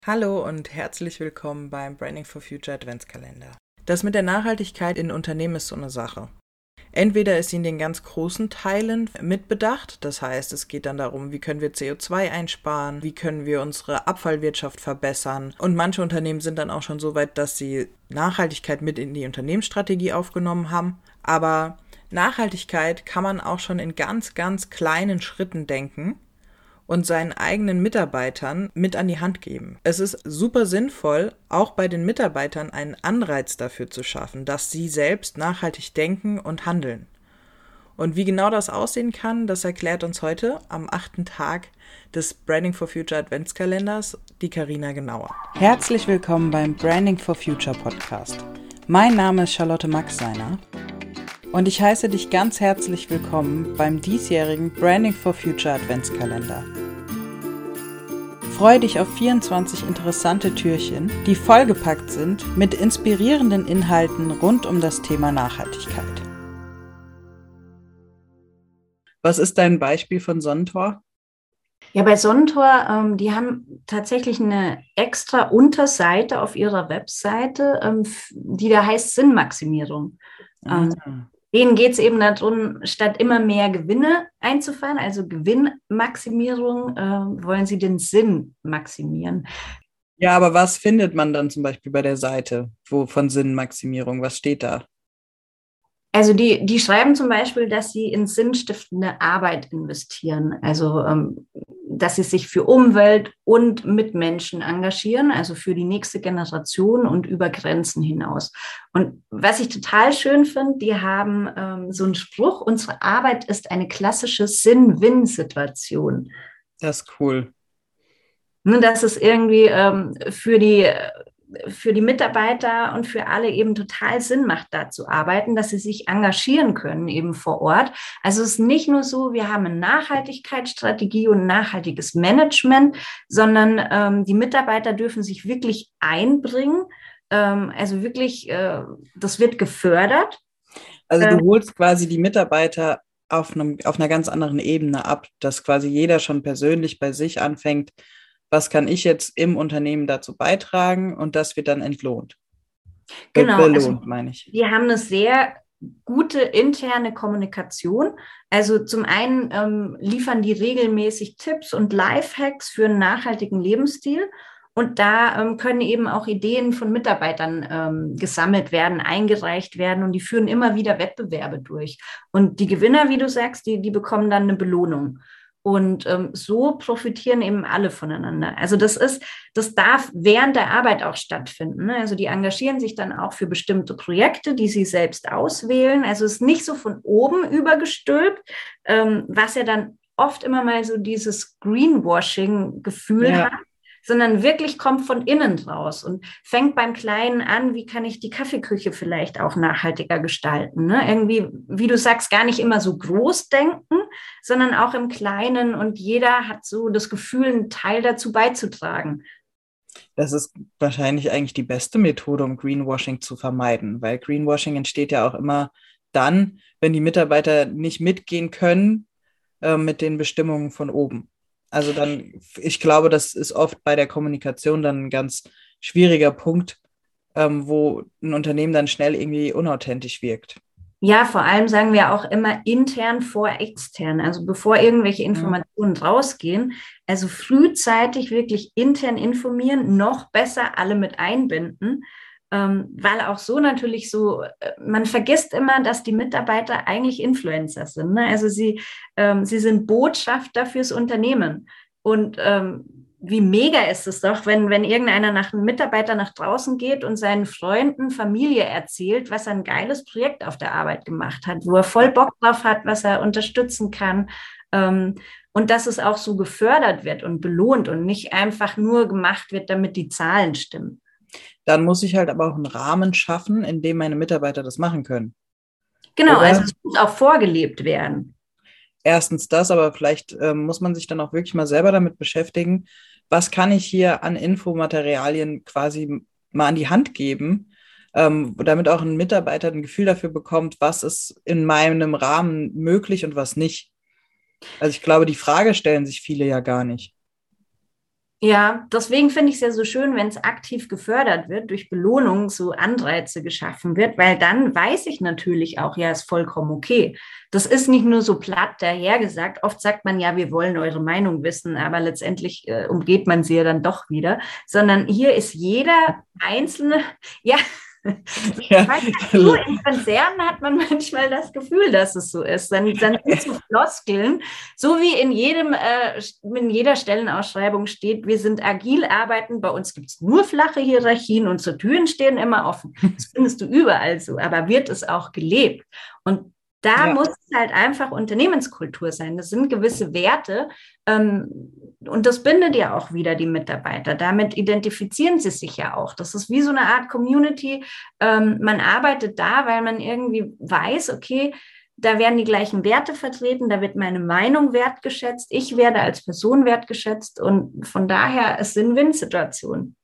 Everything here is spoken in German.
Hallo und herzlich willkommen beim Branding for Future Adventskalender. Das mit der Nachhaltigkeit in Unternehmen ist so eine Sache. Entweder ist sie in den ganz großen Teilen mitbedacht, das heißt, es geht dann darum, wie können wir CO2 einsparen, wie können wir unsere Abfallwirtschaft verbessern. Und manche Unternehmen sind dann auch schon so weit, dass sie Nachhaltigkeit mit in die Unternehmensstrategie aufgenommen haben. Aber Nachhaltigkeit kann man auch schon in ganz, ganz kleinen Schritten denken und seinen eigenen Mitarbeitern mit an die Hand geben. Es ist super sinnvoll, auch bei den Mitarbeitern einen Anreiz dafür zu schaffen, dass sie selbst nachhaltig denken und handeln. Und wie genau das aussehen kann, das erklärt uns heute am 8. Tag des Branding for Future Adventskalenders die Carina genauer. Herzlich willkommen beim Branding for Future Podcast. Mein Name ist Charlotte Maxseiner und ich heiße dich ganz herzlich willkommen beim diesjährigen Branding for Future Adventskalender. Freue dich auf 24 interessante Türchen, die vollgepackt sind mit inspirierenden Inhalten rund um das Thema Nachhaltigkeit. Was ist dein Beispiel von Sonnentor? Ja, bei Sonnentor, die haben tatsächlich eine extra Unterseite auf ihrer Webseite, die da heißt Sinnmaximierung. Denen geht es eben darum, statt immer mehr Gewinne einzufahren, also Gewinnmaximierung, wollen sie den Sinn maximieren. Ja, aber was findet man dann zum Beispiel bei der Seite von Sinnmaximierung? Was steht da? Also die schreiben zum Beispiel, dass sie in sinnstiftende Arbeit investieren, also dass sie sich für Umwelt und Mitmenschen engagieren, also für die nächste Generation und über Grenzen hinaus. Und was ich total schön finde, die haben so einen Spruch: Unsere Arbeit ist eine klassische Sinn-Win-Situation. Das ist cool. Das ist irgendwie für die Mitarbeiter und für alle eben total Sinn macht, da zu arbeiten, dass sie sich engagieren können eben vor Ort. Also es ist nicht nur so, wir haben eine Nachhaltigkeitsstrategie und ein nachhaltiges Management, sondern die Mitarbeiter dürfen sich wirklich einbringen. Also wirklich, das wird gefördert. Also du holst quasi die Mitarbeiter auf einer ganz anderen Ebene ab, dass quasi jeder schon persönlich bei sich anfängt, was kann ich jetzt im Unternehmen dazu beitragen, und das wird dann entlohnt. Genau, also meine ich. wir haben eine sehr gute interne Kommunikation. Also zum einen liefern die regelmäßig Tipps und Lifehacks für einen nachhaltigen Lebensstil. Und da können eben auch Ideen von Mitarbeitern gesammelt werden, eingereicht werden, und die führen immer wieder Wettbewerbe durch. Und die Gewinner, wie du sagst, die bekommen dann eine Belohnung. Und so profitieren eben alle voneinander. Also das darf während der Arbeit auch stattfinden. Ne? Also die engagieren sich dann auch für bestimmte Projekte, die sie selbst auswählen. Also es ist nicht so von oben übergestülpt, was ja dann oft immer mal so dieses Greenwashing-Gefühl hat, sondern wirklich kommt von innen raus und fängt beim Kleinen an: Wie kann ich die Kaffeeküche vielleicht auch nachhaltiger gestalten? Ne? Irgendwie, wie du sagst, gar nicht immer so groß denken, sondern auch im Kleinen, und jeder hat so das Gefühl, einen Teil dazu beizutragen. Das ist wahrscheinlich eigentlich die beste Methode, um Greenwashing zu vermeiden, weil Greenwashing entsteht ja auch immer dann, wenn die Mitarbeiter nicht mitgehen können mit den Bestimmungen von oben. Also dann, ich glaube, das ist oft bei der Kommunikation dann ein ganz schwieriger Punkt, wo ein Unternehmen dann schnell irgendwie unauthentisch wirkt. Ja, vor allem sagen wir auch immer intern vor extern. Also bevor irgendwelche Informationen rausgehen, also frühzeitig wirklich intern informieren, noch besser alle mit einbinden, weil auch so natürlich so, man vergisst immer, dass die Mitarbeiter eigentlich Influencer sind. Ne? Also sie sind Botschafter fürs Unternehmen. Und wie mega ist es doch, wenn irgendeiner ein Mitarbeiter nach draußen geht und seinen Freunden, Familie erzählt, was er ein geiles Projekt auf der Arbeit gemacht hat, wo er voll Bock drauf hat, was er unterstützen kann. Und dass es auch so gefördert wird und belohnt und nicht einfach nur gemacht wird, damit die Zahlen stimmen. Dann muss ich halt aber auch einen Rahmen schaffen, in dem meine Mitarbeiter das machen können. Genau, Oder? also es muss auch vorgelebt werden. Erstens das, aber vielleicht muss man sich dann auch wirklich mal selber damit beschäftigen, was kann ich hier an Infomaterialien quasi mal an die Hand geben, damit auch ein Mitarbeiter ein Gefühl dafür bekommt, was ist in meinem Rahmen möglich und was nicht. Also ich glaube, die Frage stellen sich viele ja gar nicht. Ja, deswegen finde ich es ja so schön, wenn es aktiv gefördert wird, durch Belohnung so Anreize geschaffen wird, weil dann weiß ich natürlich auch, ja, ist vollkommen okay. Das ist nicht nur so platt dahergesagt. Oft sagt man ja, wir wollen eure Meinung wissen, aber letztendlich umgeht man sie ja dann doch wieder, sondern hier ist jeder Einzelne, ja, Ja. so in Konzernen hat man manchmal das Gefühl, dass es so ist. Dann sind so Floskeln, so wie in jeder Stellenausschreibung steht, wir sind agil arbeiten, bei uns gibt es nur flache Hierarchien, unsere Türen stehen immer offen. Das findest du überall so, aber wird es auch gelebt? Und da Ja. muss es halt einfach Unternehmenskultur sein. Das sind gewisse Werte. Und das bindet ja auch wieder die Mitarbeiter. Damit identifizieren sie sich ja auch. Das ist wie so eine Art Community. Man arbeitet da, weil man irgendwie weiß, okay, da werden die gleichen Werte vertreten, da wird meine Meinung wertgeschätzt, ich werde als Person wertgeschätzt und von daher ist es eine Win-Situation.